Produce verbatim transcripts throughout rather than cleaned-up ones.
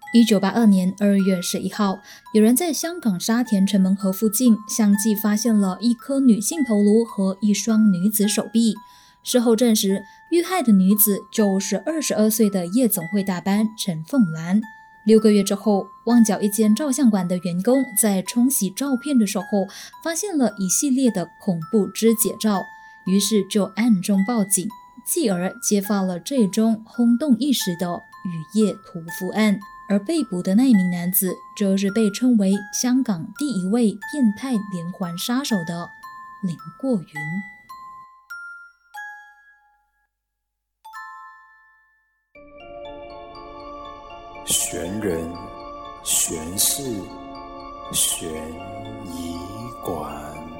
一九八二年二月十一号，有人在香港沙田城门河附近相继发现了一颗女性头颅和一双女子手臂。事后证实，遇害的女子就是二十二岁的夜总会大班陈凤兰。六个月之后，旺角一间照相馆的员工在冲洗照片的时候，发现了一系列的恐怖肢解照，于是就暗中报警，继而揭发了这宗轰动一时的雨夜屠夫案。而被捕的那一名男子，就是被称为香港第一位变态连环杀手的林过云。 悬人、悬事、悬疑馆。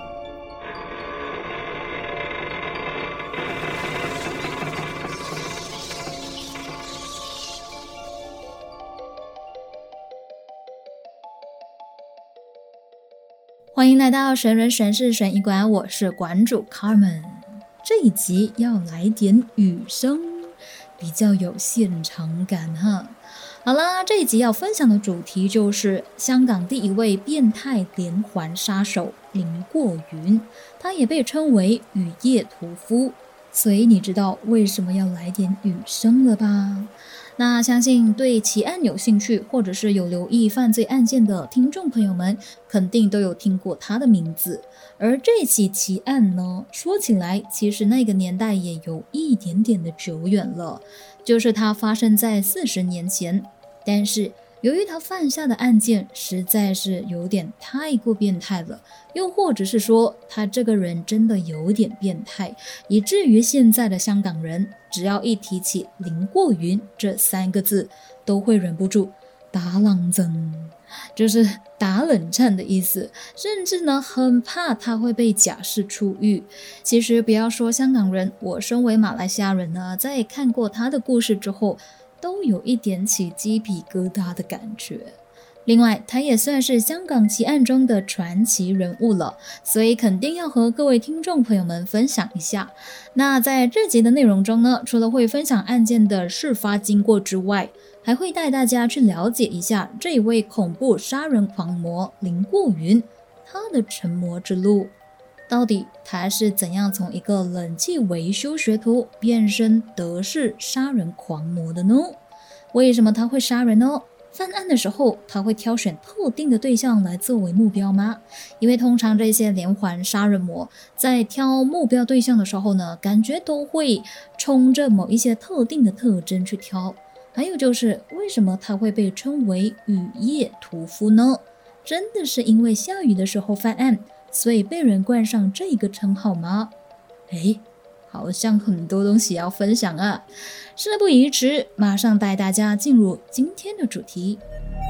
欢迎来到神人神事悬疑馆，我是馆主 Carmen。 这一集要来点雨声，比较有现场感哈。好啦，这一集要分享的主题就是香港第一位变态连环杀手林过云，他也被称为雨夜屠夫，所以你知道为什么要来点雨声了吧？那相信对奇案有兴趣或者是有留意犯罪案件的听众朋友们，肯定都有听过他的名字。而这起奇案呢，说起来其实那个年代也有一点点的久远了，就是它发生在四十年前。但是由于他犯下的案件实在是有点太过变态了，又或者是说他这个人真的有点变态，以至于现在的香港人只要一提起林过云这三个字，都会忍不住打冷震，就是打冷战的意思，甚至呢很怕他会被假释出狱。其实不要说香港人，我身为马来西亚人呢，在看过他的故事之后，都有一点起鸡皮疙瘩的感觉。另外，他也算是香港奇案中的传奇人物了，所以肯定要和各位听众朋友们分享一下。那在这集的内容中呢，除了会分享案件的事发经过之外，还会带大家去了解一下这一位恐怖杀人狂魔林过云，他的成魔之路。到底他是怎样从一个冷气维修学徒变身德式杀人狂魔的呢？为什么他会杀人呢？犯案的时候他会挑选特定的对象来作为目标吗？因为通常这些连环杀人魔在挑目标对象的时候呢，感觉都会冲着某一些特定的特征去挑。还有就是为什么他会被称为雨夜屠夫呢？真的是因为下雨的时候犯案，所以被人冠上这个称号吗？诶，好像很多东西要分享啊！事不宜迟，马上带大家进入今天的主题。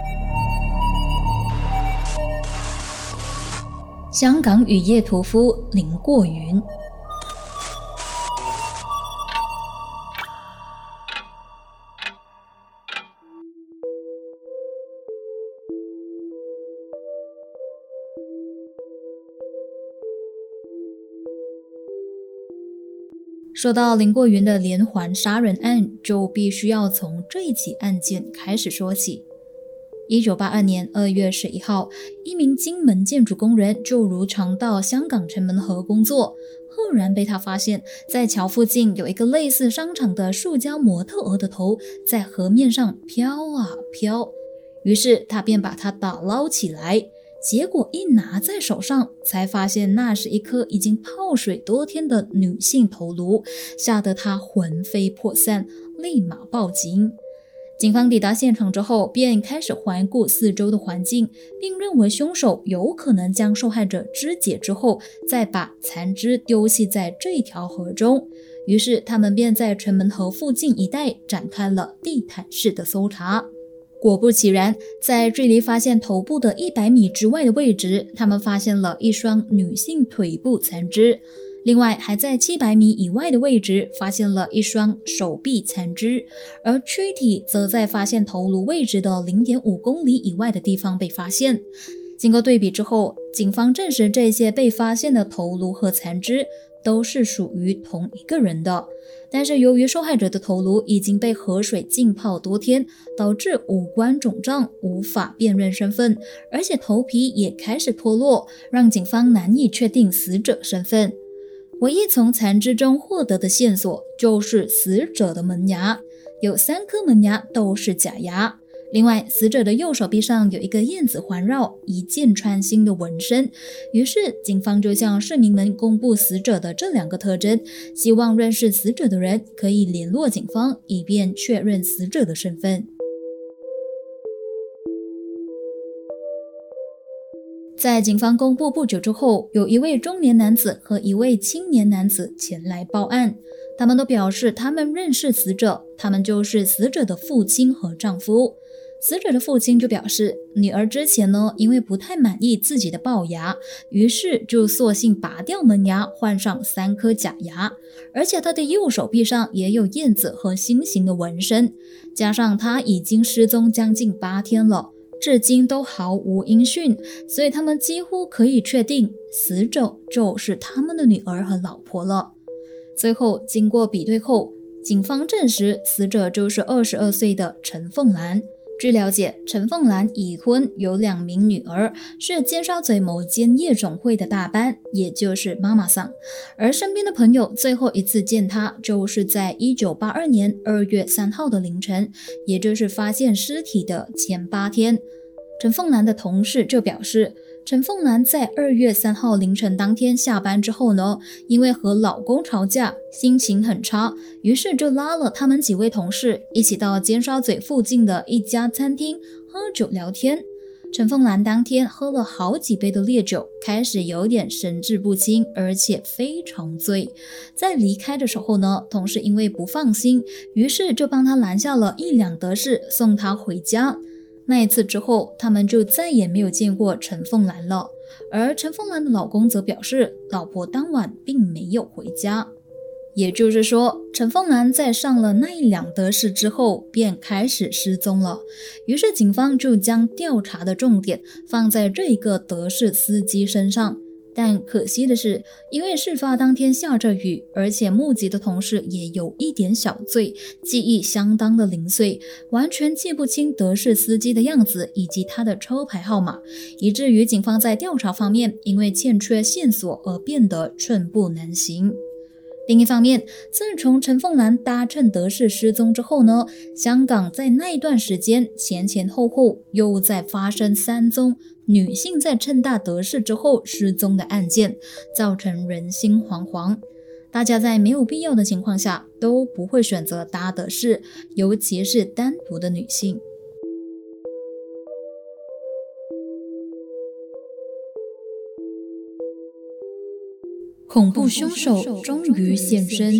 香港雨夜屠夫林过云。说到林过云的连环杀人案，就必须要从这一起案件开始说起。一九八二年二月十一号，一名金门建筑工人就如常到香港城门河工作，赫然被他发现，在桥附近有一个类似商场的塑胶模特儿的头在河面上飘啊飘，于是他便把它打捞起来。结果一拿在手上，才发现那是一颗已经泡水多天的女性头颅，吓得他魂飞魄散，立马报警。警方抵达现场之后，便开始环顾四周的环境，并认为凶手有可能将受害者肢解之后，再把残肢丢弃在这条河中。于是他们便在城门河附近一带展开了地毯式的搜查。果不其然，在距离发现头部的一百米之外的位置，他们发现了一双女性腿部残肢。另外，还在七百米以外的位置发现了一双手臂残肢，而躯体则在发现头颅位置的 零点五公里以外的地方被发现。经过对比之后，警方证实这些被发现的头颅和残肢都是属于同一个人的。但是由于受害者的头颅已经被河水浸泡多天，导致五官肿胀，无法辨认身份，而且头皮也开始脱落，让警方难以确定死者身份。唯一从残肢中获得的线索就是死者的门牙，有三颗门牙都是假牙。另外，死者的右手臂上有一个燕子环绕、一箭穿心的纹身，于是警方就向市民们公布死者的这两个特征，希望认识死者的人可以联络警方，以便确认死者的身份。在警方公布不久之后，有一位中年男子和一位青年男子前来报案，他们都表示他们认识死者，他们就是死者的父亲和丈夫。死者的父亲就表示，女儿之前呢，因为不太满意自己的龅牙，于是就索性拔掉门牙，换上三颗假牙，而且他的右手臂上也有燕子和心形的纹身，加上他已经失踪将近八天了，至今都毫无音讯，所以他们几乎可以确定死者就是他们的女儿和老婆了。最后经过比对后，警方证实死者就是二十二岁的陈凤兰。据了解，陈凤兰已婚，有两名女儿，是尖沙咀某间夜总会的大班，也就是妈妈桑。而身边的朋友最后一次见她，就是在一九八二年二月三号的凌晨，也就是发现尸体的前八天。陈凤兰的同事就表示，陈凤兰在二月三号凌晨当天下班之后呢，因为和老公吵架，心情很差，于是就拉了他们几位同事一起到尖沙咀附近的一家餐厅喝酒聊天。陈凤兰当天喝了好几杯的烈酒，开始有点神志不清，而且非常醉。在离开的时候呢，同事因为不放心，于是就帮他拦下了一辆德士，送他回家。那一次之后，他们就再也没有见过陈凤兰了。而陈凤兰的老公则表示，老婆当晚并没有回家。也就是说，陈凤兰在上了那一辆德士之后便开始失踪了。于是警方就将调查的重点放在这一个德士司机身上。但可惜的是，因为事发当天下着雨，而且目击的同事也有一点小醉，记忆相当的零碎，完全记不清德士司机的样子以及他的车牌号码，以至于警方在调查方面因为欠缺线索而变得寸步难行。另一方面，自从陈凤兰搭乘德士失踪之后呢，香港在那一段时间前前后后又在发生三宗女性在乘搭德士之后失踪的案件，造成人心惶惶。大家在没有必要的情况下都不会选择搭德士，尤其是单独的女性。恐怖凶手终于现身。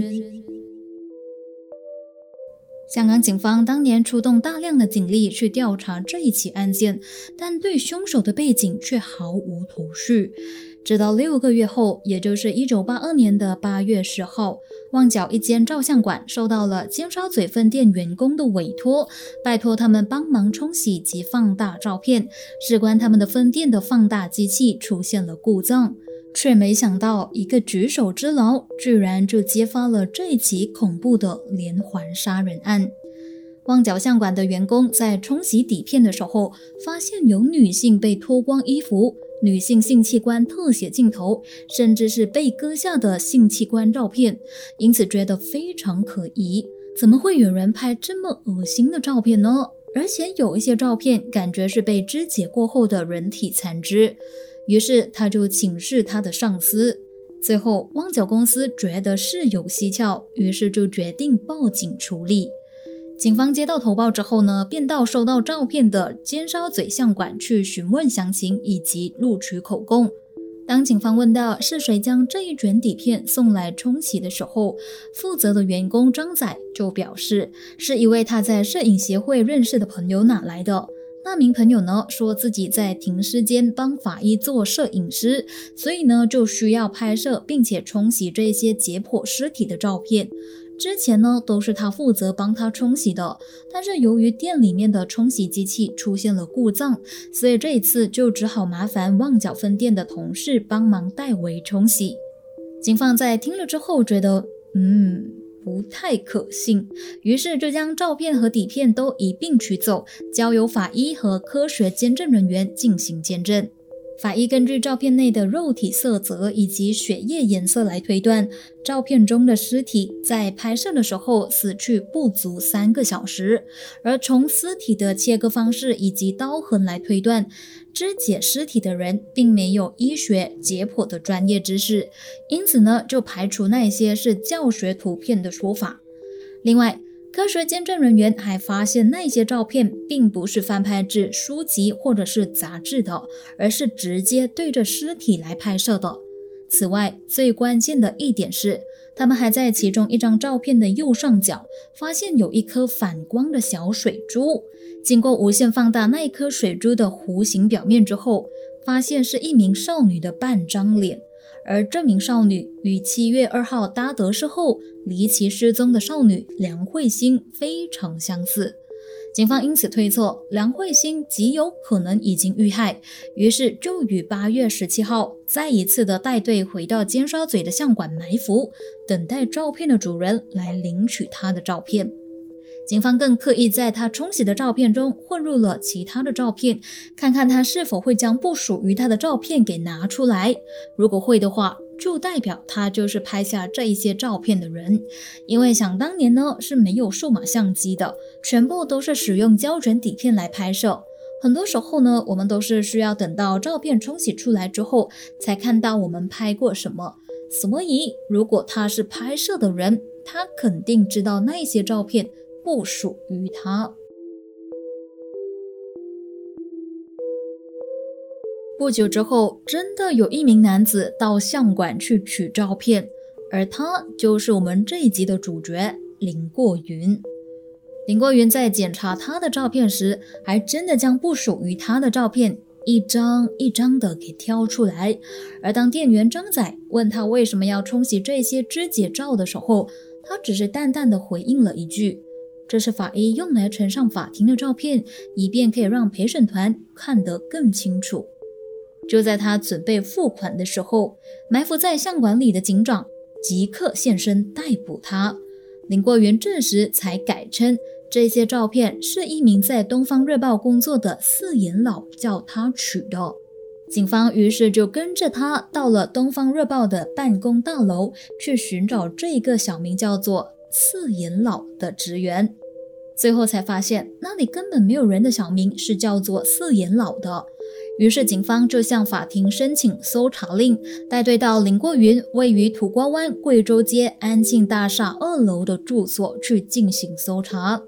香港警方当年出动大量的警力去调查这一起案件，但对凶手的背景却毫无头绪。直到六个月后，也就是一九八二年的八月十号，旺角一间照相馆收到了尖沙咀分店员工的委托，拜托他们帮忙冲洗及放大照片。事关他们的分店的放大机器出现了故障，却没想到一个举手之劳，居然就揭发了这一起恐怖的连环杀人案。旺角相馆的员工在冲洗底片的时候，发现有女性被脱光衣服，女性性器官特写镜头，甚至是被割下的性器官照片，因此觉得非常可疑。怎么会有人拍这么恶心的照片呢？而且有一些照片感觉是被肢解过后的人体残肢。于是他就请示他的上司，最后旺角公司觉得事有蹊跷，于是就决定报警处理。警方接到投报之后呢，便到收到照片的尖沙咀相馆去询问详情以及录取口供。当警方问到是谁将这一卷底片送来冲洗的时候，负责的员工张仔就表示，是一位他在摄影协会认识的朋友拿来的。那名朋友呢，说自己在停尸间帮法医做摄影师，所以呢就需要拍摄并且冲洗这些解剖尸体的照片。之前呢都是他负责帮他冲洗的，但是由于店里面的冲洗机器出现了故障，所以这一次就只好麻烦旺角分店的同事帮忙代为冲洗。 警方在听了之后觉得嗯不太可信，于是就将照片和底片都一并取走，交由法医和科学监证人员进行鉴证。法医根据照片内的肉体色泽以及血液颜色来推断，照片中的尸体在拍摄的时候死去不足三个小时，而从尸体的切割方式以及刀痕来推断，肢解尸体的人并没有医学解剖的专业知识，因此呢，就排除那些是教学图片的说法。另外，科学监证人员还发现那些照片并不是翻拍至书籍或者是杂志的，而是直接对着尸体来拍摄的。此外，最关键的一点是，他们还在其中一张照片的右上角发现有一颗反光的小水珠，经过无限放大那一颗水珠的弧形表面之后，发现是一名少女的半张脸。而这名少女与七月二号搭德市后离奇失踪的少女梁慧欣非常相似，警方因此推测梁慧欣极有可能已经遇害，于是就于八月十七号再一次的带队回到尖沙咀的相馆埋伏，等待照片的主人来领取她的照片。警方更刻意在他冲洗的照片中混入了其他的照片，看看他是否会将不属于他的照片给拿出来。如果会的话，就代表他就是拍下这一些照片的人。因为想当年呢是没有数码相机的，全部都是使用胶卷底片来拍摄。很多时候呢，我们都是需要等到照片冲洗出来之后，才看到我们拍过什么。所以，如果他是拍摄的人，他肯定知道那些照片不属于他。不久之后，真的有一名男子到相馆去取照片，而他就是我们这一集的主角林过云。林过云在检查他的照片时，还真的将不属于他的照片一张一张的给挑出来。而当店员张仔问他为什么要冲洗这些肢解照的时候，他只是淡淡的回应了一句：这是法医用来呈上法庭的照片，以便可以让陪审团看得更清楚。就在他准备付款的时候，埋伏在相馆里的警长即刻现身逮捕他。林过云这时才改称，这些照片是一名在东方日报工作的四眼佬叫他取的。警方于是就跟着他到了东方日报的办公大楼，去寻找这个小名叫做四眼佬的职员。最后才发现那里根本没有人的小名是叫做四眼佬的。于是警方就向法庭申请搜查令，带队到林过云位于土瓜湾贵州街安庆大厦二楼的住所去进行搜查。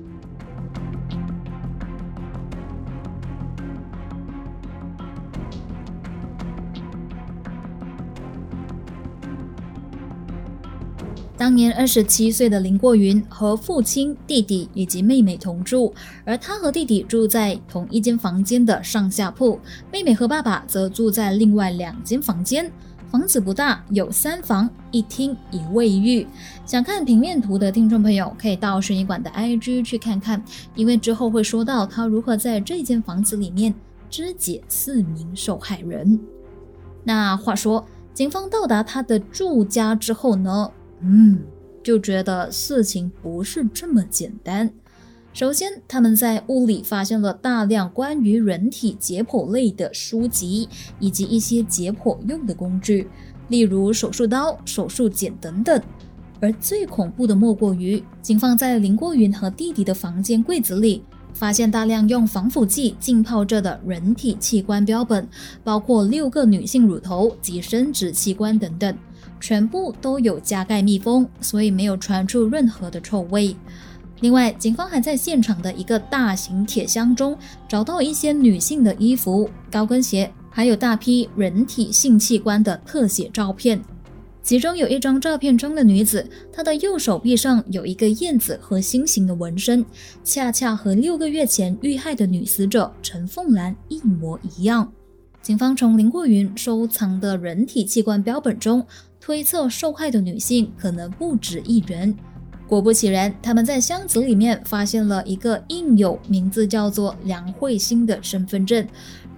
当年二十七岁的林过云和父亲、弟弟以及妹妹同住，而他和弟弟住在同一间房间的上下铺，妹妹和爸爸则住在另外两间房间。房子不大，有三房一厅一卫浴。想看平面图的听众朋友可以到悬疑馆的 I G 去看看，因为之后会说到他如何在这间房子里面肢解四名受害人。那话说，警方到达他的住家之后呢，嗯，就觉得事情不是这么简单。首先，他们在屋里发现了大量关于人体解剖类的书籍，以及一些解剖用的工具，例如手术刀、手术剪等等。而最恐怖的莫过于，警方在林过云和弟弟的房间柜子里发现大量用防腐剂浸泡着的人体器官标本，包括六个女性乳头及生殖器官等等，全部都有加盖密封，所以没有传出任何的臭味。另外，警方还在现场的一个大型铁箱中找到一些女性的衣服、高跟鞋，还有大批人体性器官的特写照片。其中有一张照片中的女子，她的右手臂上有一个燕子和心形的纹身，恰恰和六个月前遇害的女死者陈凤兰一模一样。警方从林过云收藏的人体器官标本中推测受害的女性可能不止一人。果不其然，他们在箱子里面发现了一个印有名字叫做梁慧欣的身份证，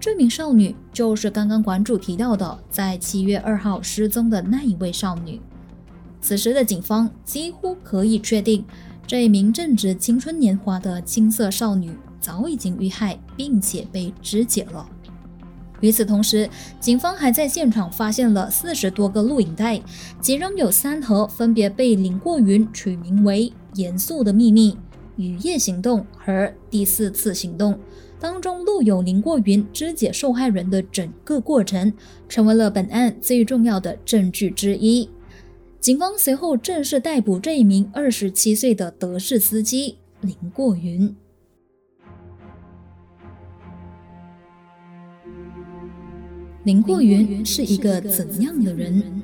这名少女就是刚刚馆主提到的在七月二号失踪的那一位少女。此时的警方几乎可以确定，这一名正值青春年华的青涩少女早已经遇害并且被肢解了。与此同时，警方还在现场发现了四十多个录影带，其中有三盒分别被林过云取名为《严肃的秘密》、《雨夜行动》和《第四次行动》，当中录有林过云肢解受害人的整个过程，成为了本案最重要的证据之一。警方随后正式逮捕这一名二十七岁的德式司机林过云。林过云是一个怎样的人？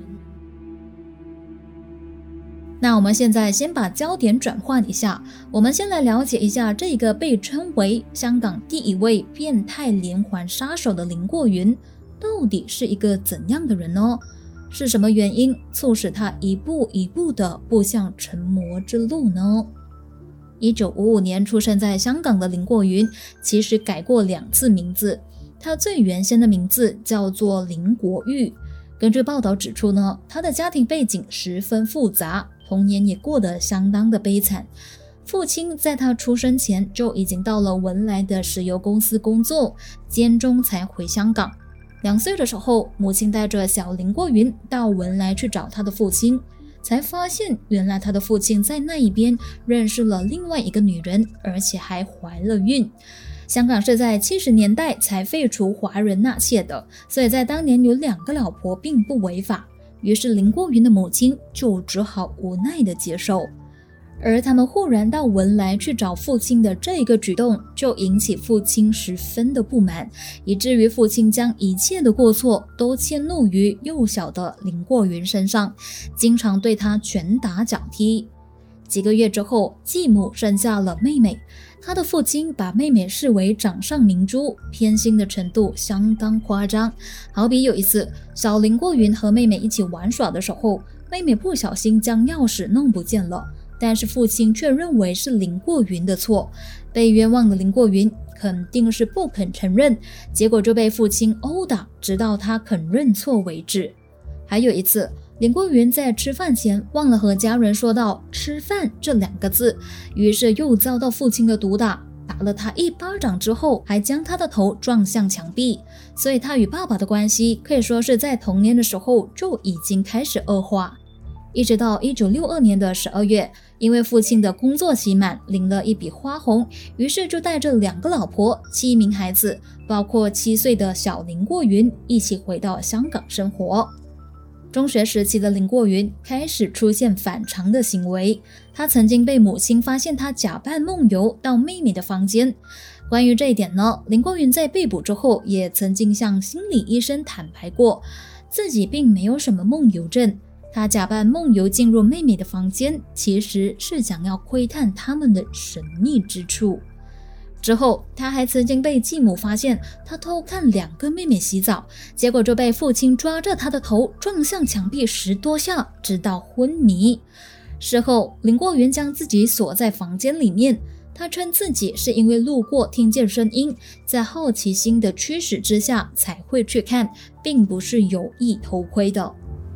那我们现在先把焦点转换一下，我们先来了解一下这个被称为香港第一位变态连环杀手的林过云到底是一个怎样的人呢？是什么原因促使他一步一步地步向成魔之路呢？一九五五年出生在香港的林过云其实改过两次名字，他最原先的名字叫做林国玉。根据报道指出呢，他的家庭背景十分复杂，童年也过得相当的悲惨。父亲在他出生前就已经到了文莱的石油公司工作，间中才回香港。两岁的时候，母亲带着小林过云到文莱去找他的父亲，才发现原来他的父亲在那一边认识了另外一个女人，而且还怀了孕。香港是在七十年代才废除华人纳妾的，所以在当年有两个老婆并不违法，于是林过云的母亲就只好无奈地接受。而他们忽然到文莱去找父亲的这个举动，就引起父亲十分的不满，以至于父亲将一切的过错都迁怒于幼小的林过云身上，经常对他拳打脚踢。几个月之后，继母生下了妹妹，他的父亲把妹妹视为掌上明珠，偏心的程度相当夸张。好比有一次，小林过云和妹妹一起玩耍的时候，妹妹不小心将钥匙弄不见了，但是父亲却认为是林过云的错，被冤枉的林过云肯定是不肯承认，结果就被父亲殴打，直到他肯认错为止。还有一次，林过云在吃饭前忘了和家人说到吃饭这两个字，于是又遭到父亲的毒打，打了他一巴掌之后，还将他的头撞向墙壁，所以他与爸爸的关系可以说是在童年的时候就已经开始恶化。一直到一九六二年的十二月，因为父亲的工作期满，领了一笔花红，于是就带着两个老婆、七名孩子，包括七岁的小林过云，一起回到香港生活。中学时期的林过云开始出现反常的行为，他曾经被母亲发现他假扮梦游到妹妹的房间。关于这一点呢，林过云在被捕之后也曾经向心理医生坦白过，自己并没有什么梦游症。他假扮梦游进入妹妹的房间，其实是想要窥探他们的神秘之处。之后，他还曾经被继母发现他偷看两个妹妹洗澡，结果就被父亲抓着他的头撞向墙壁十多下，直到昏迷。事后，林过云将自己锁在房间里面，他称自己是因为路过听见声音，在好奇心的驱使之下才会去看，并不是有意偷窥的。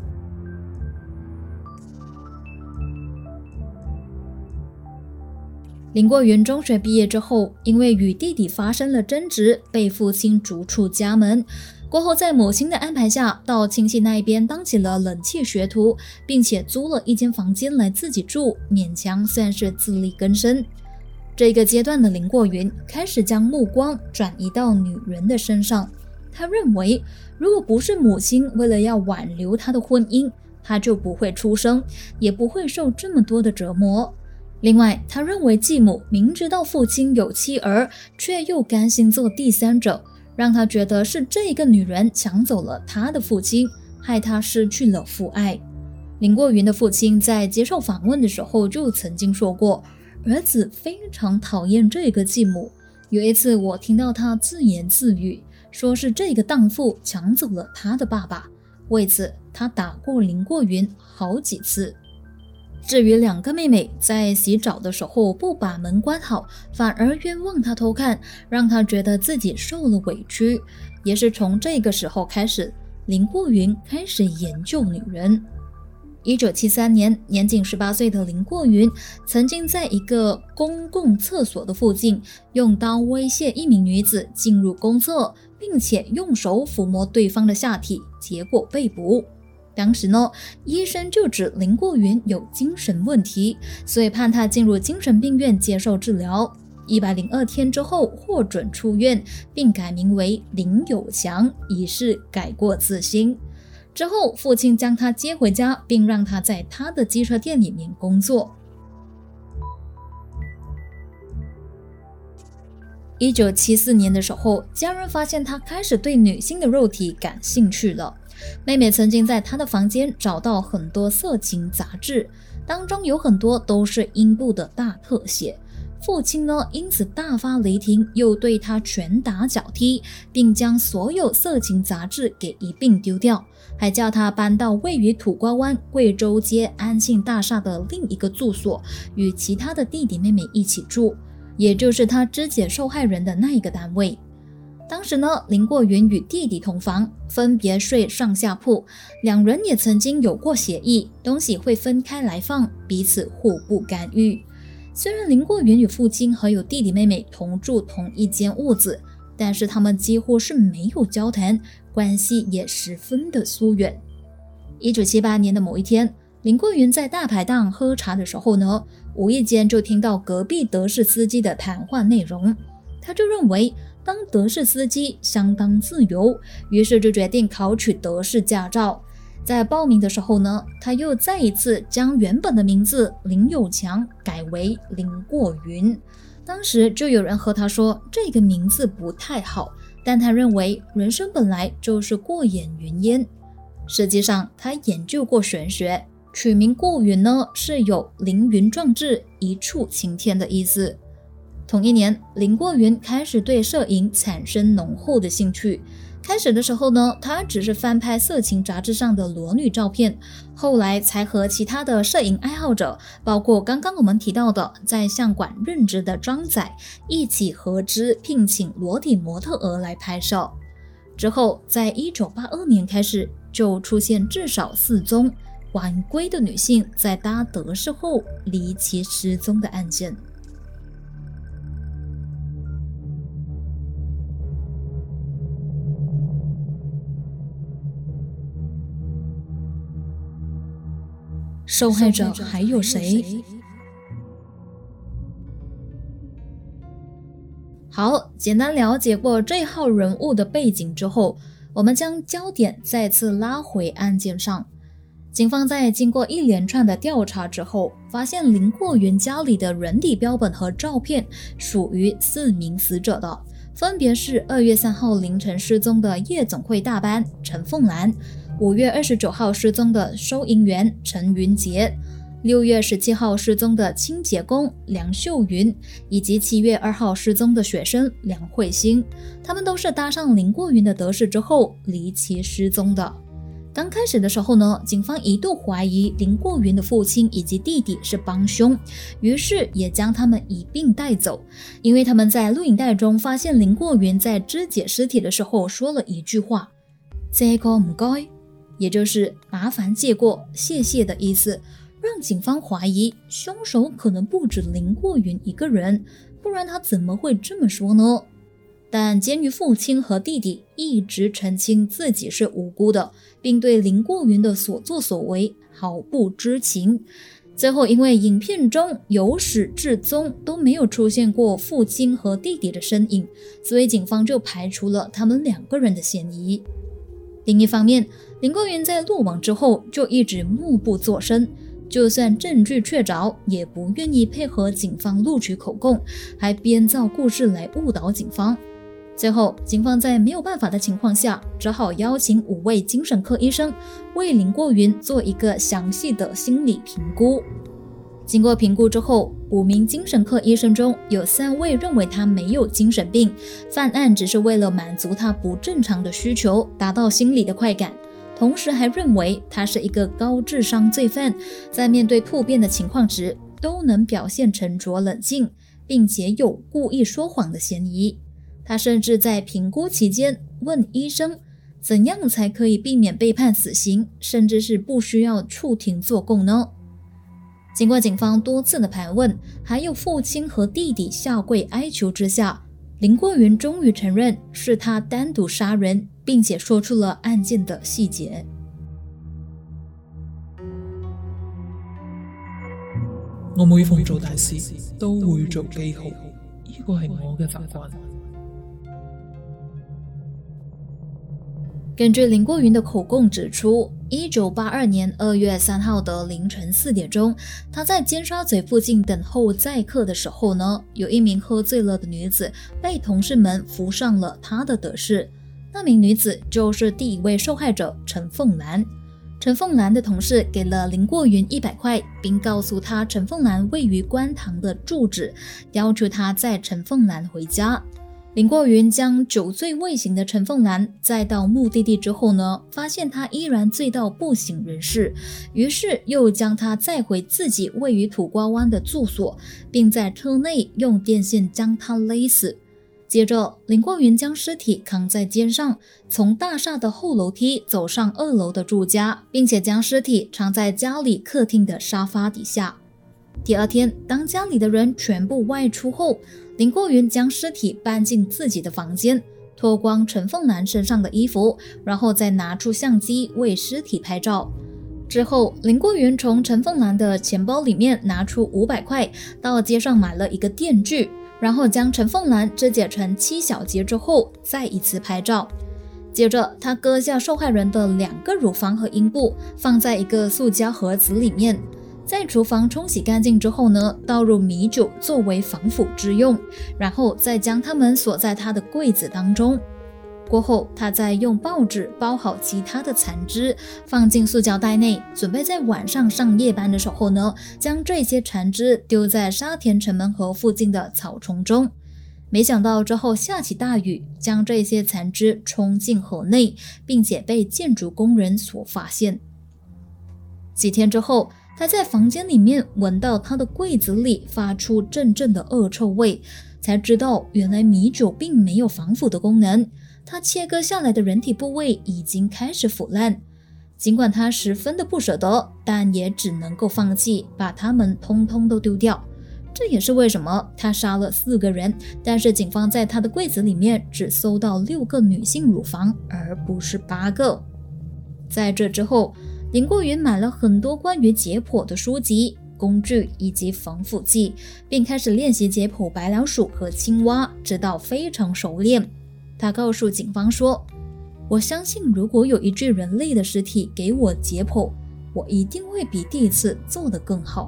林过云中学毕业之后，因为与弟弟发生了争执，被父亲逐出家门。过后在母亲的安排下，到亲戚那一边当起了冷气学徒，并且租了一间房间来自己住，勉强算是自力更生。这个阶段的林过云开始将目光转移到女人的身上，他认为如果不是母亲为了要挽留他的婚姻，他就不会出生，也不会受这么多的折磨。另外，他认为继母明知道父亲有妻儿，却又甘心做第三者，让他觉得是这个女人抢走了他的父亲，害他失去了父爱。林过云的父亲在接受访问的时候就曾经说过，儿子非常讨厌这个继母。有一次我听到他自言自语，说是这个荡妇抢走了他的爸爸，为此他打过林过云好几次。 至于两个妹妹在洗澡的时候不把门关好，反而冤枉她偷看，让她觉得自己受了委屈。也是从这个时候开始，林过云开始研究女人。一九七三年，年仅十八岁的林过云曾经在一个公共厕所的附近用刀威胁一名女子进入公厕，并且用手抚摸对方的下体，结果被捕。当时呢，医生就指林过云有精神问题，所以判他进入精神病院接受治疗。一百零二天之后获准出院，并改名为林有强，以示改过自新。之后，父亲将他接回家，并让他在他的机车店里面工作。一九七四年的时候，家人发现他开始对女性的肉体感兴趣了。妹妹曾经在他的房间找到很多色情杂志，当中有很多都是阴部的大特写。父亲呢，因此大发雷霆，又对他拳打脚踢，并将所有色情杂志给一并丢掉，还叫他搬到位于土瓜湾贵州街安信大厦的另一个住所，与其他的弟弟妹妹一起住，也就是他肢解受害人的那一个单位。当时呢，林过云与弟弟同房，分别睡上下铺，两人也曾经有过协议，东西会分开来放，彼此互不干预。虽然林过云与父亲还有弟弟妹妹同住同一间屋子，但是他们几乎是没有交谈，关系也十分的疏远。一九七八年的某一天，林过云在大排档喝茶的时候呢，无意间就听到隔壁德士司机的谈话内容，他就认为当德士司机相当自由，于是就决定考取德士驾照。在报名的时候呢，他又再一次将原本的名字林有强改为林过云。当时就有人和他说这个名字不太好，但他认为人生本来就是过眼云烟。实际上他研究过玄学，取名过云呢是有凌云壮志、一触擎天的意思。同一年，林过云开始对摄影产生浓厚的兴趣。开始的时候呢，他只是翻拍色情杂志上的裸女照片，后来才和其他的摄影爱好者，包括刚刚我们提到的在相馆任职的张仔，一起合资聘请裸体模特儿来拍摄。之后，在一九八二年开始，就出现至少四宗晚归的女性在搭德士后离奇失踪的案件。受害者还有谁？好，简单了解过这号人物的背景之后，我们将焦点再次拉回案件上。警方在经过一连串的调查之后，发现林过云家里的人体标本和照片属于四名死者的，分别是二月三号凌晨失踪的夜总会大班陈凤兰，五月二十九号失踪的收银员陈云杰，六月十七号失踪的清洁工梁秀云，以及七月二号失踪的学生梁慧欣。他们都是搭上林过云的德士之后离奇失踪的。刚开始的时候呢，警方一度怀疑林过云的父亲以及弟弟是帮凶，于是也将他们一并带走。因为他们在录影带中发现林过云在肢解尸体的时候说了一句话，这个唔该，也就是麻烦借过、谢谢的意思，让警方怀疑凶手可能不止林过云一个人，不然他怎么会这么说呢？但鉴于父亲和弟弟一直澄清自己是无辜的，并对林过云的所作所为毫不知情，最后因为影片中由始至终都没有出现过父亲和弟弟的身影，所以警方就排除了他们两个人的嫌疑。另一方面，林过云在落网之后就一直默不作声，就算证据确凿，也不愿意配合警方录取口供，还编造故事来误导警方。最后，警方在没有办法的情况下，只好邀请五位精神科医生为林过云做一个详细的心理评估。经过评估之后，五名精神科医生中有三位认为他没有精神病，犯案只是为了满足他不正常的需求，达到心理的快感。 同时还认为他是一个高智商罪犯，在面对突变的情况时都能表现沉着冷静，并且有故意说谎的嫌疑。他甚至在评估期间问医生，怎样才可以避免被判死刑，甚至是不需要出庭作供呢？经过警方多次的盘问，还有父亲和弟弟下跪哀求之下，林过云终于承认是他单独杀人，并且说出了案件的细节。 我每逢做大事都會做記號，呢個係我嘅習慣。 根据林过云的口供指出，一九八二年二月三号的凌晨四点钟，他在尖沙咀附近等候载客的时候呢，有一名喝醉了的女子被同事们扶上了他的德士。那名女子就是第一位受害者陈凤兰。陈凤兰的同事给了林过云一百块，并告诉他陈凤兰位于观塘的住址，要求他载陈凤兰回家。林过云将酒醉未醒的陈凤兰载到目的地之后呢，发现她依然醉到不省人事，于是又将她载回自己位于土瓜湾的住所，并在车内用电线将她勒死。接着林过云将尸体扛在肩上，从大厦的后楼梯走上二楼的住家，并且将尸体藏在家里客厅的沙发底下。第二天，当家里的人全部外出后，林过云将尸体搬进自己的房间，脱光陈凤兰身上的衣服，然后再拿出相机为尸体拍照。之后，林过云从陈凤兰的钱包里面拿出五百块，到街上买了一个电锯，然后将陈凤兰肢解成七小节之后，再一次拍照。接着，他割下受害人的两个乳房和阴部，放在一个塑胶盒子里面。在厨房冲洗干净之后呢，倒入米酒作为防腐之用，然后再将它们锁在他的柜子当中。过后，他再用报纸包好其他的残肢，放进塑胶袋内，准备在晚上上夜班的时候呢，将这些残肢丢在沙田城门河附近的草丛中。没想到之后下起大雨，将这些残肢冲进河内，并且被建筑工人所发现。几天之后，他在房间里面闻到他的柜子里发出阵阵的恶臭味，才知道原来米酒并没有防腐的功能。他切割下来的人体部位已经开始腐烂，尽管他十分的不舍得，但也只能够放弃，把它们通通都丢掉。这也是为什么他杀了四个人，但是警方在他的柜子里面只搜到六个女性乳房，而不是八个。在这之后，林过云买了很多关于解剖的书籍、工具以及防腐剂，并开始练习解剖白老鼠和青蛙，直到非常熟练。他告诉警方说，我相信如果有一具人类的尸体给我解剖，我一定会比第一次做得更好。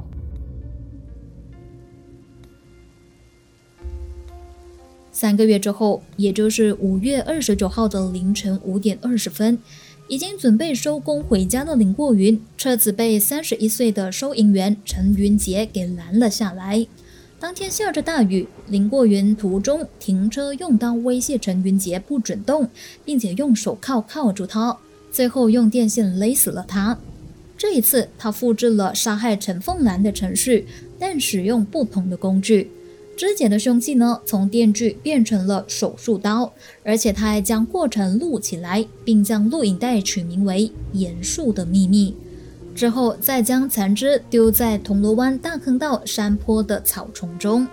三个月之后，也就是五月二十九号的凌晨五点二十分，已经准备收工回家的林过云，车子被三十一岁的收银员陈云杰给拦了下来。当天下着大雨，林过云途中停车用刀威胁陈云杰不准动，并且用手铐铐住他，最后用电线勒死了他。这一次，他复制了杀害陈凤兰的程序，但使用不同的工具。肢解的凶器呢，从电锯变成了手术刀，而且他还将过程录起来，并将录影带取名为《严肃的秘密》。之后再将残肢丢在铜锣湾大坑道山坡的草丛中。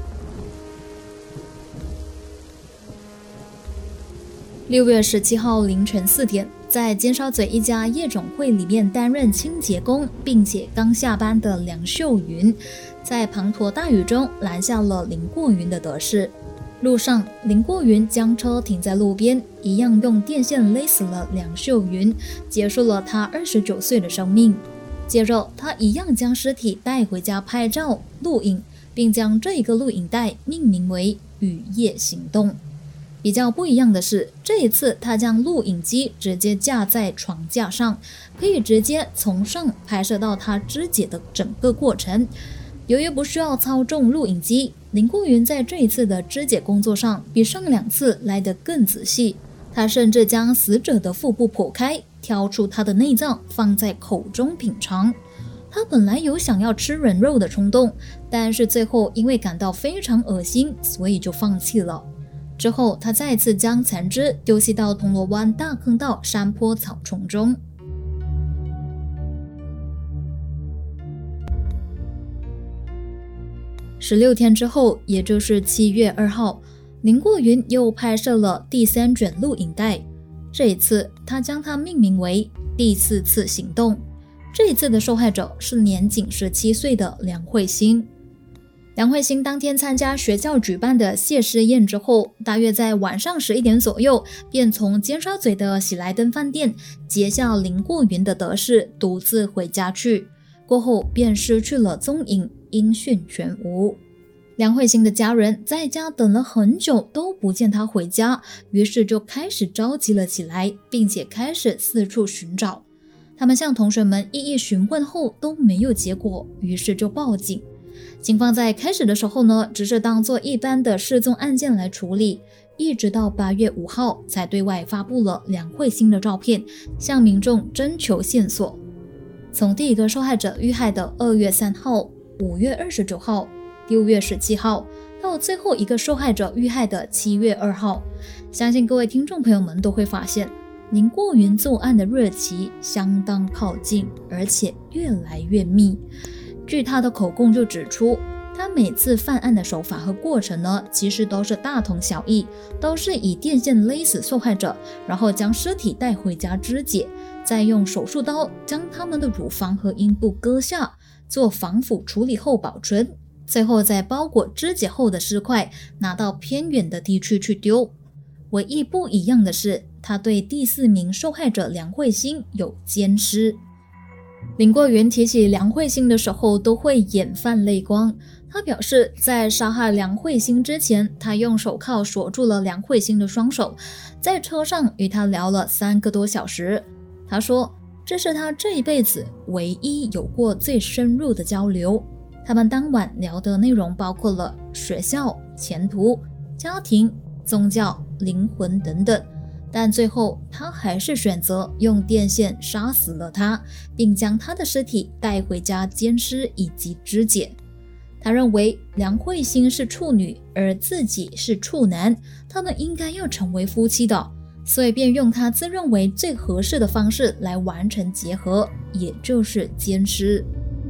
六月十七号凌晨四点，在尖沙咀一家夜总会里面担任清洁工，并且刚下班的梁秀云，在滂沱大雨中拦下了林过云的德士。路上，林过云将车停在路边，一样用电线勒死了梁秀云，结束了他二十九岁的生命。接着，他一样将尸体带回家拍照、录影，并将这个录影带命名为《雨夜行动》。比较不一样的是，这一次他将录影机直接架在床架上，可以直接从上拍摄到他肢解的整个过程。由于不需要操纵录影机，林过云在这一次的肢解工作上比上两次来得更仔细。他甚至将死者的腹部剖开， 挑出他的内脏放在口中品尝。他本来有想要吃人肉的冲动，但是最后因为感到非常恶心，所以就放弃了。之后他再次将残肢丢弃到铜锣湾大坑道山坡草丛中。十六天之后，也就是七月二号，林过云又拍摄了第三卷录影带。这一次他将它命名为第四次行动。这一次的受害者是年仅十七岁的梁慧欣。梁慧欣当天参加学校举办的谢师宴之后，大约在晚上十一点左右，便从尖沙咀的喜来登饭店接下林过云的德士，独自回家去。过后便失去了踪影，音讯全无。梁慧欣的家人在家等了很久都不见她回家，于是就开始着急了起来，并且开始四处寻找。他们向同学们一一询问后都没有结果，于是就报警。警方在开始的时候呢，只是当作一般的失踪案件来处理，一直到八月五号才对外发布了梁慧欣的照片，向民众征求线索。从第一个受害者遇害的二月三号、五月二十九号、六月十七号，到最后一个受害者遇害的七月二号，相信各位听众朋友们都会发现，林过云作案的日期相当靠近，而且越来越密。据他的口供就指出，他每次犯案的手法和过程呢，其实都是大同小异，都是以电线勒死受害者，然后将尸体带回家肢解，再用手术刀将他们的乳房和阴部割下，做防腐处理后保存，最后再包裹肢解后的尸块拿到偏远的地区去丢。唯一不一样的是，他对第四名受害者梁慧欣有奸尸。林过云提起梁慧欣的时候都会眼泛泪光。他表示，在杀害梁慧欣之前，他用手铐锁住了梁慧欣的双手，在车上与他聊了三个多小时。他说，这是他这一辈子唯一有过最深入的交流。他们当晚聊的内容包括了学校、前途、家庭、宗教、灵魂等等。但最后他还是选择用电线杀死了他，并将他的尸体带回家奸尸以及肢解。他认为梁慧欣是处女，而自己是处男，他们应该要成为夫妻的，所以便用他自认为最合适的方式来完成结合，也就是奸尸。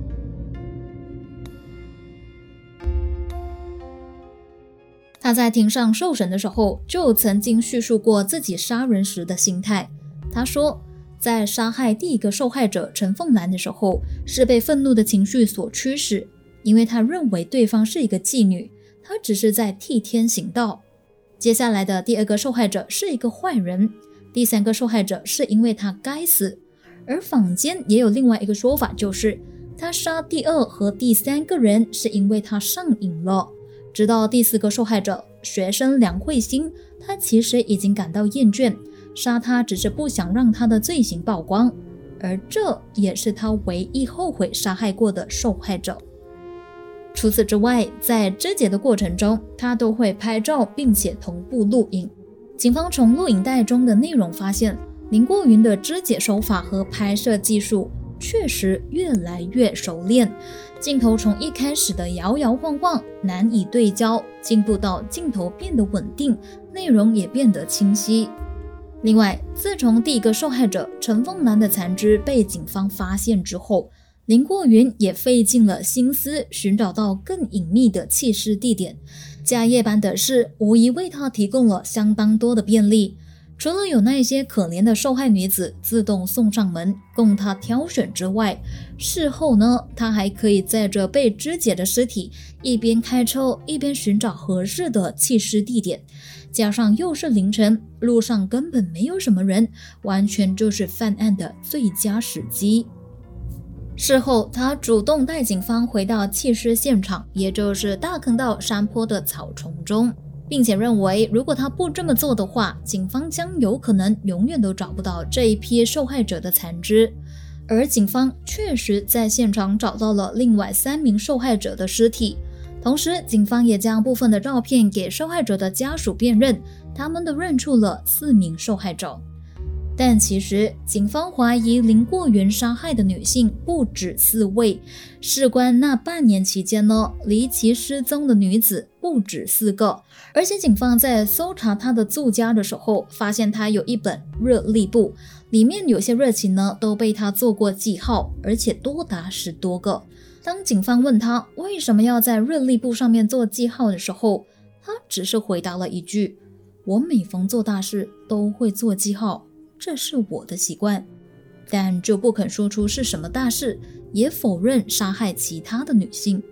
他在庭上受审的时候，就曾经叙述过自己杀人时的心态。他说，在杀害第一个受害者陈凤兰的时候，是被愤怒的情绪所驱使，因为他认为对方是一个妓女，他只是在替天行道。接下来的第二个受害者是一个坏人，第三个受害者是因为他该死。而坊间也有另外一个说法，就是他杀第二和第三个人是因为他上瘾了。直到第四个受害者学生梁慧欣，他其实已经感到厌倦，杀他只是不想让他的罪行曝光，而这也是他唯一后悔杀害过的受害者。除此之外，在肢解的过程中，他都会拍照并且同步录影。警方从录影带中的内容发现，林过云的肢解手法和拍摄技术确实越来越熟练，镜头从一开始的摇摇晃晃难以对焦，进步到镜头变得稳定，内容也变得清晰。另外，自从第一个受害者陈凤兰的残肢被警方发现之后，林过云也费尽了心思寻找到更隐秘的弃尸地点。加夜班的事无疑为他提供了相当多的便利，除了有那些可怜的受害女子自动送上门供他挑选之外，事后呢，他还可以载着被肢解的尸体，一边开车一边寻找合适的弃尸地点。加上又是凌晨，路上根本没有什么人，完全就是犯案的最佳时机。事后，他主动带警方回到弃尸现场，也就是大坑道山坡的草丛中，并且认为如果他不这么做的话，警方将有可能永远都找不到这一批受害者的残肢。而警方确实在现场找到了另外三名受害者的尸体，同时警方也将部分的照片给受害者的家属辨认，他们都认出了四名受害者。 但其实警方怀疑林过元杀害的女性不止四位，事关那半年期间呢，离奇失踪的女子不止四个，而且警方在搜查她的住家的时候，发现她有一本日历簿，里面有些日期呢都被她做过记号，而且多达十多个。当警方问她为什么要在日历簿上面做记号的时候，她只是回答了一句：我每逢做大事都会做记号，这是我的习惯，但就不肯说出是什么大事，也否认杀害其他的女性。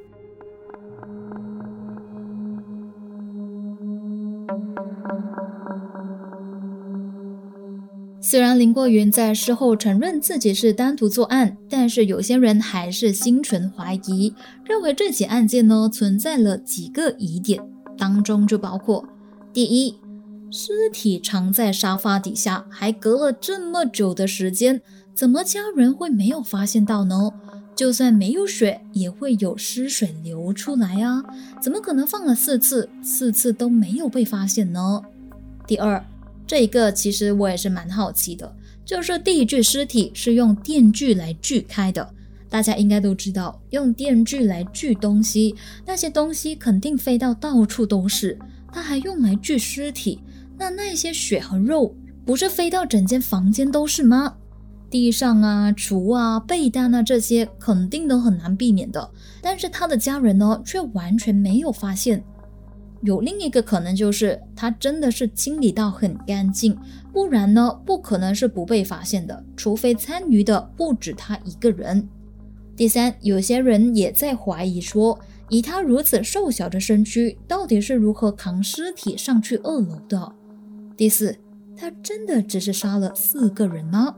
虽然林过云在事后承认自己是单独作案，但是有些人还是心存怀疑，认为这起案件呢存在了几个疑点，当中就包括：第一，尸体藏在沙发底下，还隔了这么久的时间，怎么家人会没有发现到呢？就算没有血，也会有尸水流出来啊，怎么可能放了四次，四次都没有被发现呢？第二，这一个其实我也是蛮好奇的，就是第一具尸体是用电锯来锯开的，大家应该都知道，用电锯来锯东西，那些东西肯定飞到到处都是，它还用来锯尸体，那那些血和肉不是飞到整间房间都是吗？地上啊、橱啊、被单啊，这些肯定都很难避免的，但是他的家人呢却完全没有发现。有另一个可能就是他真的是清理到很干净，不然呢不可能是不被发现的，除非参与的不止他一个人。第三，有些人也在怀疑说，以他如此瘦小的身躯，到底是如何扛尸体上去二楼的？第四，他真的只是杀了四个人吗？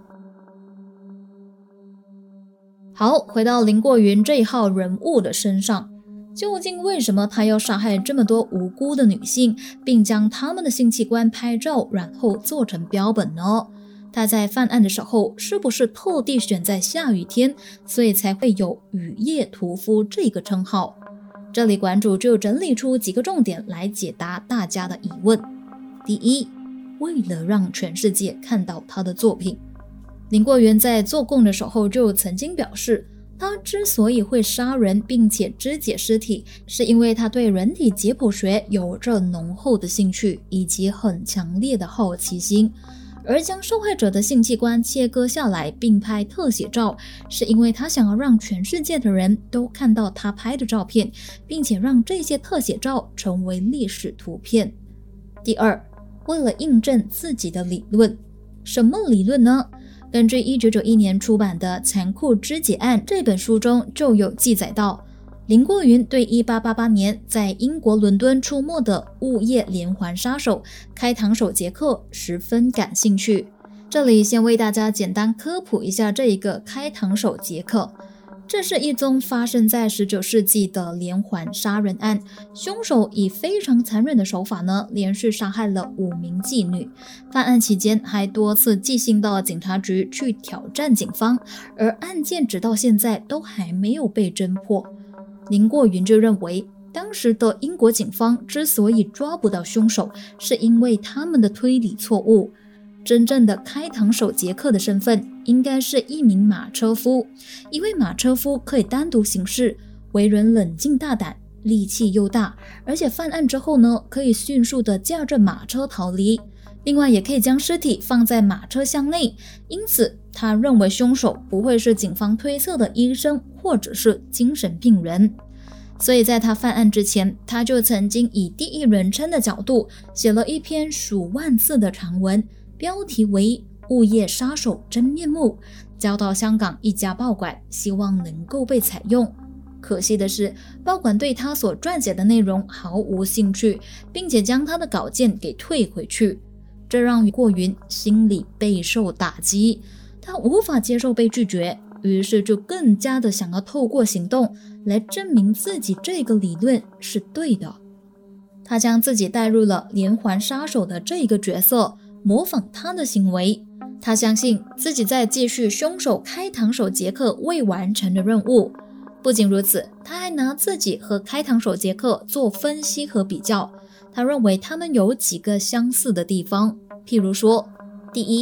好，回到林过云这一号人物的身上，究竟为什么他要杀害这么多无辜的女性，并将她们的性器官拍照，然后做成标本呢？他在犯案的时候是不是特地选在下雨天，所以才会有雨夜屠夫这个称号？这里馆主就整理出几个重点来解答大家的疑问。第一，为了让全世界看到他的作品，林过云在做供的时候就曾经表示，他之所以会杀人并且肢解尸体，是因为他对人体解剖学有着浓厚的兴趣以及很强烈的好奇心，而将受害者的性器官切割下来并拍特写照，是因为他想要让全世界的人都看到他拍的照片，并且让这些特写照成为历史图片。第二，为了印证自己的理论。什么理论呢？根据一九九一年出版的《残酷肢解案》这本书中就有记载到，林过云对一八八八年在英国伦敦出没的物业连环杀手开膛手杰克十分感兴趣。这里先为大家简单科普一下这一个开膛手杰克。这是一宗发生在十九世纪的连环杀人案，凶手以非常残忍的手法呢，连续杀害了五名妓女。犯案期间还多次寄信到警察局去挑战警方，而案件直到现在都还没有被侦破。林过云就认为，当时的英国警方之所以抓不到凶手，是因为他们的推理错误。真正的开膛手杰克的身份应该是一名马车夫，因为马车夫可以单独行事，为人冷静大胆，力气又大，而且犯案之后呢，可以迅速的驾着马车逃离，另外也可以将尸体放在马车厢内，因此他认为凶手不会是警方推测的医生或者是精神病人。所以在他犯案之前，他就曾经以第一人称的角度写了一篇数万字的长文，标题为《物业杀手真面目》，交到香港一家报馆，希望能够被采用。可惜的是，报馆对他所撰写的内容毫无兴趣，并且将他的稿件给退回去，这让林过云心里备受打击，他无法接受被拒绝，于是就更加的想要透过行动来证明自己这个理论是对的。他将自己带入了连环杀手的这个角色，模仿他的行为。他相信自己在继续凶手开膛手杰克未完成的任务。不仅如此，他还拿自己和开膛手杰克做分析和比较。他认为他们有几个相似的地方，譬如说，第一，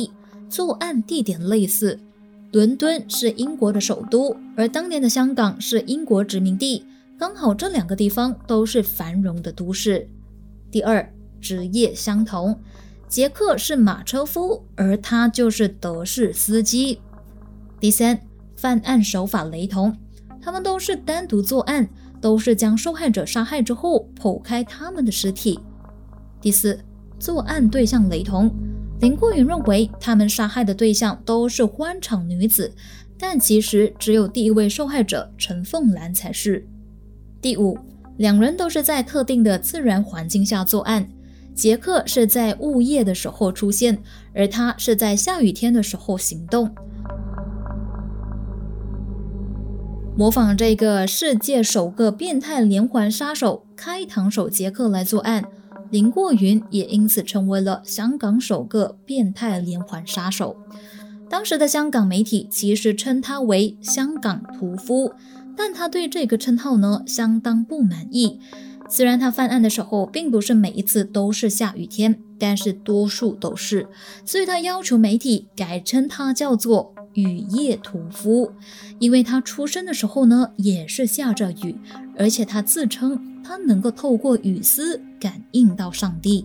作案地点类似，伦敦是英国的首都，而当年的香港是英国殖民地，刚好这两个地方都是繁荣的都市。第二，职业相同，杰克是马车夫，而他就是德式司机。第三，犯案手法雷同，他们都是单独作案，都是将受害者杀害之后剖开他们的尸体。第四，作案对象雷同，林过云认为他们杀害的对象都是欢场女子，但其实只有第一位受害者陈凤兰才是。第五，两人都是在特定的自然环境下作案，杰克是在雾夜的时候出现，而他是在下雨天的时候行动。模仿这个世界首个变态连环杀手开膛手杰克来作案，林过云也因此成为了香港首个变态连环杀手。当时的香港媒体其实称他为香港屠夫，但他对这个称号呢相当不满意。虽然他犯案的时候并不是每一次都是下雨天，但是多数都是，所以他要求媒体改称他叫做雨夜屠夫，因为他出生的时候呢也是下着雨，而且他自称他能够透过雨丝感应到上帝。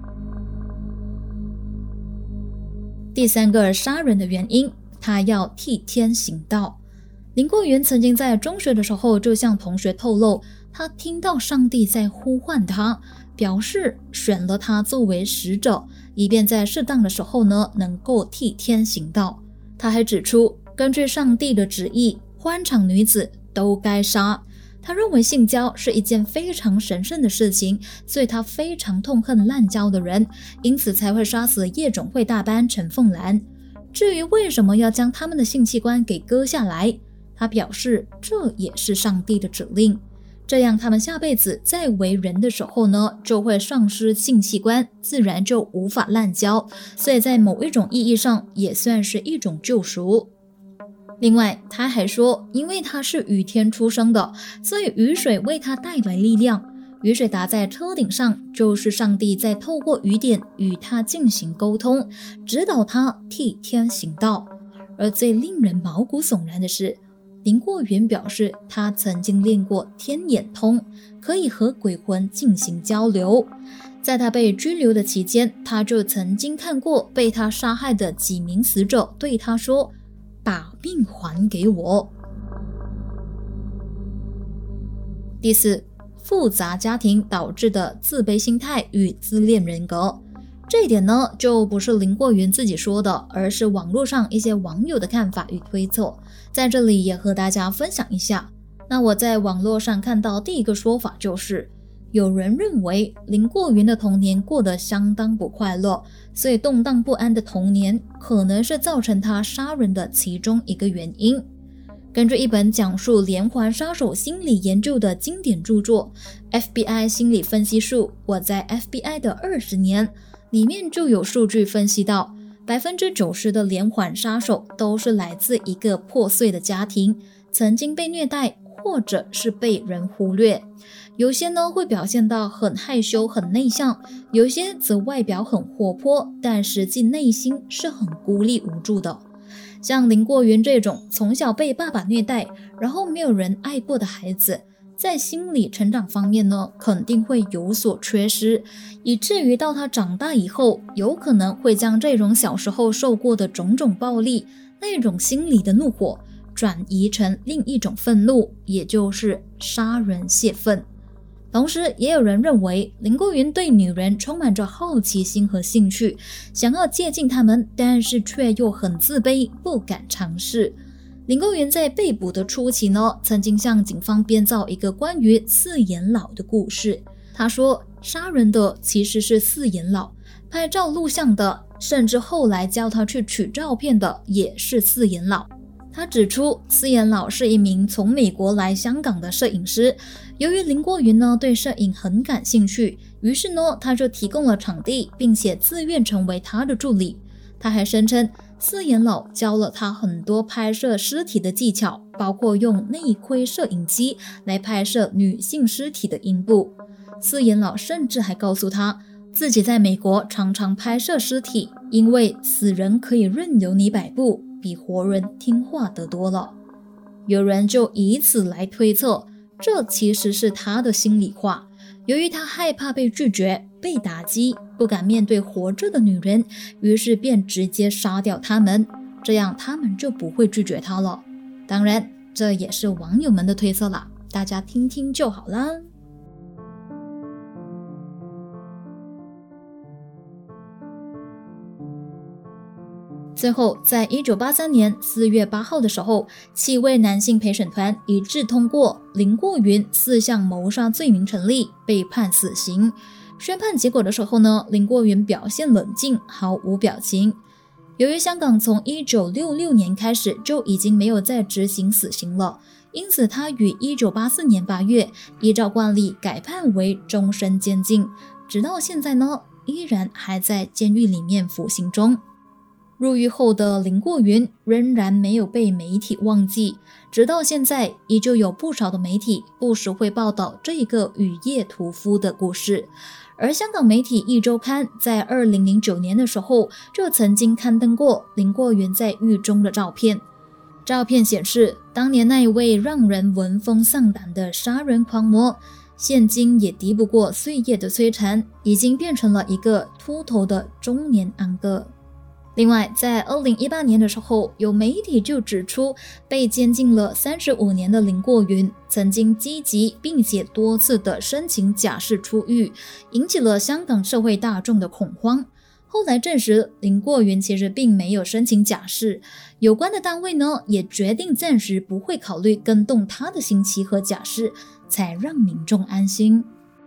第三个杀人的原因，他要替天行道。林过云曾经在中学的时候就向同学透露，他听到上帝在呼唤他，表示选了他作为使者，以便在适当的时候呢能够替天行道。他还指出，根据上帝的旨意，欢场女子都该杀。他认为性交是一件非常神圣的事情，所以他非常痛恨滥交的人，因此才会杀死夜总会大班陈凤兰。至于为什么要将他们的性器官给割下来，他表示这也是上帝的指令，这样他们下辈子在为人的时候呢，就会丧失性器官，自然就无法滥交，所以在某一种意义上也算是一种救赎。另外他还说，因为他是雨天出生的，所以雨水为他带来力量，雨水打在车顶上，就是上帝在透过雨点与他进行沟通，指导他替天行道。而最令人毛骨悚然的是，林过云表示他曾经练过天眼通，可以和鬼魂进行交流。在他被拘留的期间，他就曾经看过被他杀害的几名死者对他说，把命还给我。第四，复杂家庭导致的自卑心态与自恋人格。这一点呢，就不是林过云自己说的，而是网络上一些网友的看法与推测，在这里也和大家分享一下。那我在网络上看到第一个说法就是，有人认为林过云的童年过得相当不快乐，所以动荡不安的童年可能是造成他杀人的其中一个原因。根据一本讲述连环杀手心理研究的经典著作《F B I 心理分析术》，我在 F B I 的二十年里面就有数据分析到， 百分之九十 的连环杀手都是来自一个破碎的家庭，曾经被虐待或者是被人忽略。有些呢会表现到很害羞很内向，有些则外表很活泼，但实际内心是很孤立无助的。像林过云这种从小被爸爸虐待，然后没有人爱过的孩子，在心理成长方面呢，肯定会有所缺失，以至于到他长大以后，有可能会将这种小时候受过的种种暴力，那种心理的怒火，转移成另一种愤怒，也就是杀人泄愤。同时也有人认为林过云对女人充满着好奇心和兴趣，想要接近她们，但是却又很自卑，不敢尝试。林过云在被捕的初期呢，曾经向警方编造一个关于四眼佬的故事。他说杀人的其实是四眼佬，拍照录像的，甚至后来叫他去取照片的也是四眼佬。他指出，四眼佬是一名从美国来香港的摄影师，由于林过云呢对摄影很感兴趣，于是呢他就提供了场地，并且自愿成为他的助理。他还声称四眼佬教了他很多拍摄尸体的技巧，包括用内窥摄影机来拍摄女性尸体的阴部。四眼佬甚至还告诉他， 自己在美国常常拍摄尸体，因为死人可以任由你摆布，比活人听话得多了。有人就以此来推测，这其实是他的心里话。由于他害怕被拒绝、被打击，不敢面对活着的女人，于是便直接杀掉他们，这样他们就不会拒绝他了。当然，这也是网友们的推测啦，大家听听就好啦。最后，在一九八三年四月八号的时候，七位男性陪审团一致通过林过云四项谋杀罪名成立，被判死刑。宣判结果的时候呢，林过云表现冷静，毫无表情。由于香港从一九六六年开始就已经没有再执行死刑了，因此他于一九八四年八月依照惯例改判为终身监禁，直到现在呢，依然还在监狱里面服刑中。入狱后的林过云仍然没有被媒体忘记，直到现在依旧有不少的媒体不时会报道这个雨夜屠夫的故事。而香港媒体一周刊在二零零九年的时候就曾经刊登过林过云在狱中的照片。照片显示，当年那一位让人闻风丧胆的杀人狂魔，现今也敌不过岁月的摧残，已经变成了一个秃头的中年安哥。另外，在二零一八年的时候，有媒体就指出，被监禁了三十五年的林过云曾经积极并且多次的申请假释出狱，引起了香港社会大众的恐慌。后来证实，林过云其实并没有申请假释，有关的单位呢也决定暂时不会考虑更动他的刑期和假释，才让民众安心。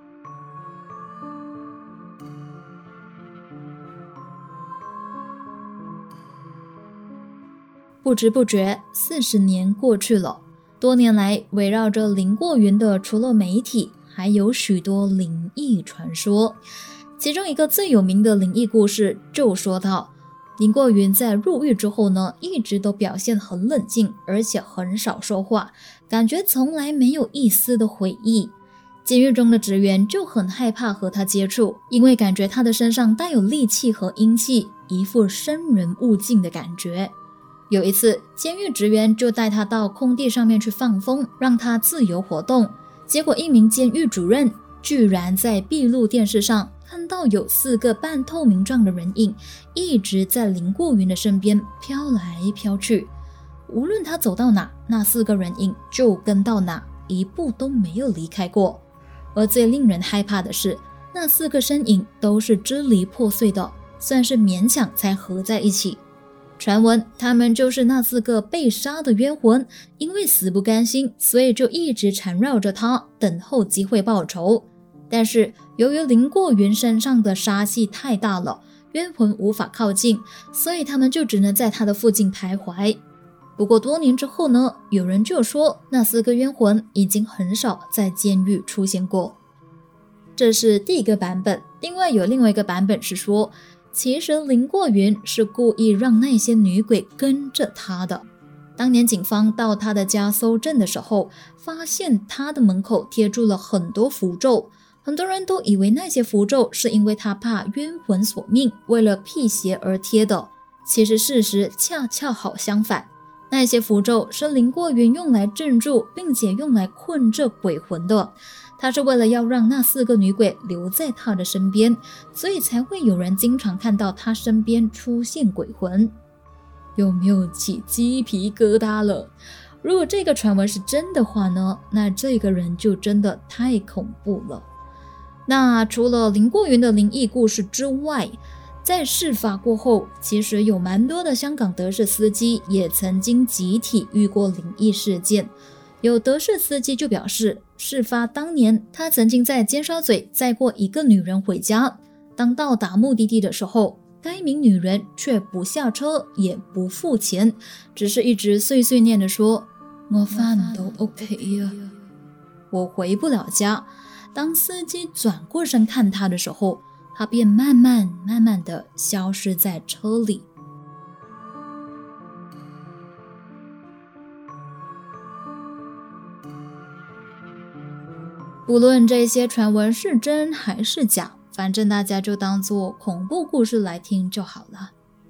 不知不觉，四十年过去了。多年来，围绕着林过云的，除了媒体，还有许多灵异传说。其中一个最有名的灵异故事就说到，林过云在入狱之后呢，一直都表现很冷静，而且很少说话，感觉从来没有一丝的悔意。监狱中的职员就很害怕和他接触，因为感觉他的身上带有戾气和阴气，一副生人勿近的感觉。有一次，监狱职员就带他到空地上面去放风，让他自由活动。结果一名监狱主任居然在闭路电视上看到有四个半透明状的人影一直在林过云的身边飘来飘去，无论他走到哪，那四个人影就跟到哪，一步都没有离开过。而最令人害怕的是，那四个身影都是支离破碎的，算是勉强才合在一起。传闻他们就是那四个被杀的冤魂，因为死不甘心，所以就一直缠绕着他，等候机会报仇。但是由于林过云身上的杀气太大了，冤魂无法靠近，所以他们就只能在他的附近徘徊。不过多年之后呢，有人就说那四个冤魂已经很少在监狱出现过。这是第一个版本。另外有另外一个版本是说，其实林过云是故意让那些女鬼跟着他的。当年警方到他的家搜证的时候，发现他的门口贴住了很多符咒，很多人都以为那些符咒是因为他怕冤魂索命，为了辟邪而贴的。其实事实恰恰好相反，那些符咒是林过云用来镇住并且用来困这鬼魂的。他是为了要让那四个女鬼留在他的身边，所以才会有人经常看到他身边出现鬼魂。有没有起鸡皮疙瘩了？如果这个传闻是真的话呢，那这个人就真的太恐怖了。那除了林过云的灵异故事之外，在事发过后，其实有蛮多的香港德士司机也曾经集体遇过灵异事件。有德士司机就表示，事发当年他曾经在尖沙咀载过一个女人回家，当到达目的地的时候，该名女人却不下车也不付钱，只是一直碎碎念地说，我返唔到屋企啊，我回不了家。当司机转过身看他的时候，他便慢慢慢慢地消失在车里。不论这些传闻是真还是假， 反正大家就当做恐怖故事来听就好了。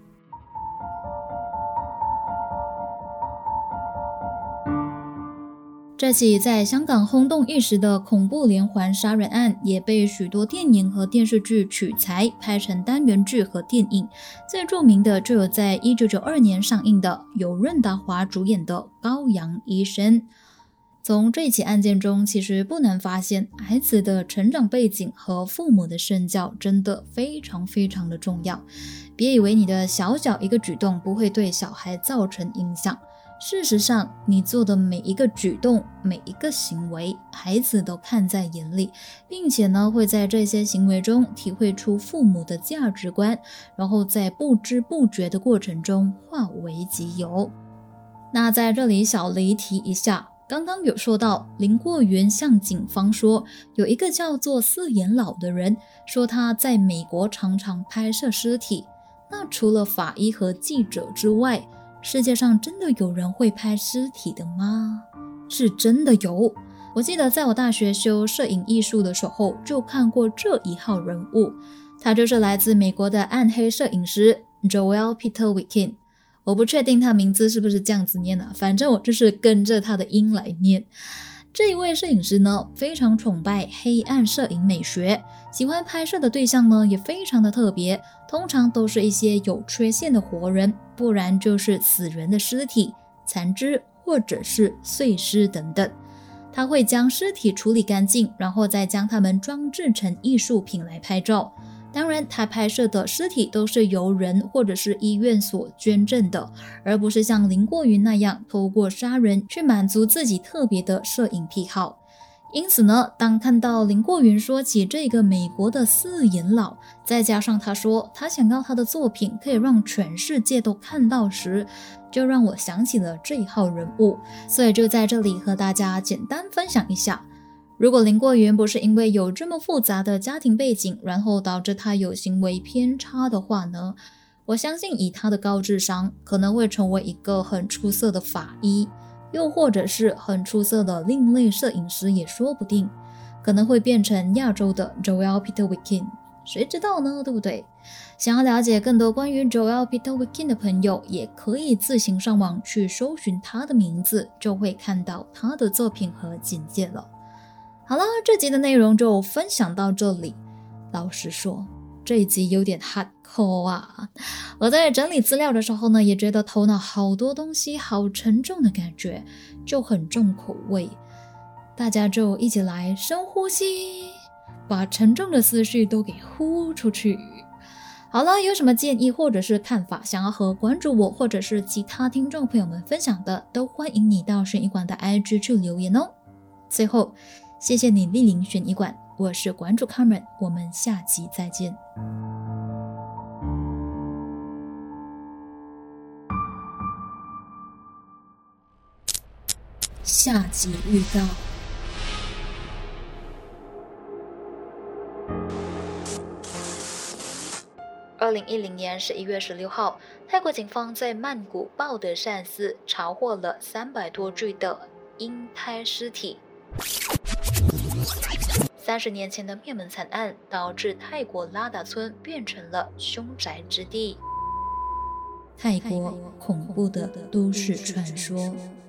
这起在香港轰动一时的恐怖连环杀人案，也被许多电影和电视剧取材拍成单元剧和电影。最著名的就有在一九九二年上映的由任达华主演的《羔羊医生》。从这起案件中，其实不难发现，孩子的成长背景和父母的身教真的非常非常的重要。别以为你的小小一个举动不会对小孩造成影响。事实上，你做的每一个举动，每一个行为，孩子都看在眼里，并且呢，会在这些行为中体会出父母的价值观，然后在不知不觉的过程中化为己有。那在这里小离题一下，刚刚有说到林过云向警方说，有一个叫做四眼老的人，说他在美国常常拍摄尸体。那除了法医和记者之外，世界上真的有人会拍尸体的吗？是真的有。我记得在我大学修摄影艺术的时候，就看过这一号人物，他就是来自美国的暗黑摄影师 Joel Peter Witkin。 我不确定他名字是不是这样子念啊，反正我就是跟着他的音来念。这一位摄影师呢，非常崇拜黑暗摄影美学，喜欢拍摄的对象呢也非常的特别，通常都是一些有缺陷的活人，不然就是死人的尸体、残肢或者是碎尸等等。他会将尸体处理干净，然后再将它们装置成艺术品来拍照。当然，他拍摄的尸体都是由人或者是医院所捐赠的，而不是像林过云那样透过杀人去满足自己特别的摄影癖好。因此呢，当看到林过云说起这个美国的四眼老，再加上他说他想要他的作品可以让全世界都看到时，就让我想起了这一号人物，所以就在这里和大家简单分享一下。如果林过云不是因为有这么复杂的家庭背景，然后导致他有行为偏差的话呢，我相信以他的高智商，可能会成为一个很出色的法医，又或者是很出色的另类摄影师也说不定，可能会变成亚洲的 Joel Peter Witkin， 谁知道呢，对不对？想要了解更多关于 Joel Peter Witkin 的朋友，也可以自行上网去搜寻他的名字，就会看到他的作品和简介了。好了，这集的内容就分享到这里。老实说，这一集有点 hardcore 啊！我在整理资料的时候呢，也觉得头脑好多东西好沉重的感觉，就很重口味。大家就一起来深呼吸，把沉重的思绪都给呼出去。好了，有什么建议或者是看法，想要和关注我或者是其他听众朋友们分享的，都欢迎你到悬疑馆的 I G 去留言哦。最后，谢谢你莅临悬疑馆，我是馆主 Carmen， 我们下集再见。下集预告。二零一零年十一月十六号，泰国警方在曼谷报德善寺查获了三百多具的婴胎尸体。三十年前的灭门惨案导致泰国拉达村变成了凶宅之地。泰国恐怖的都市传说。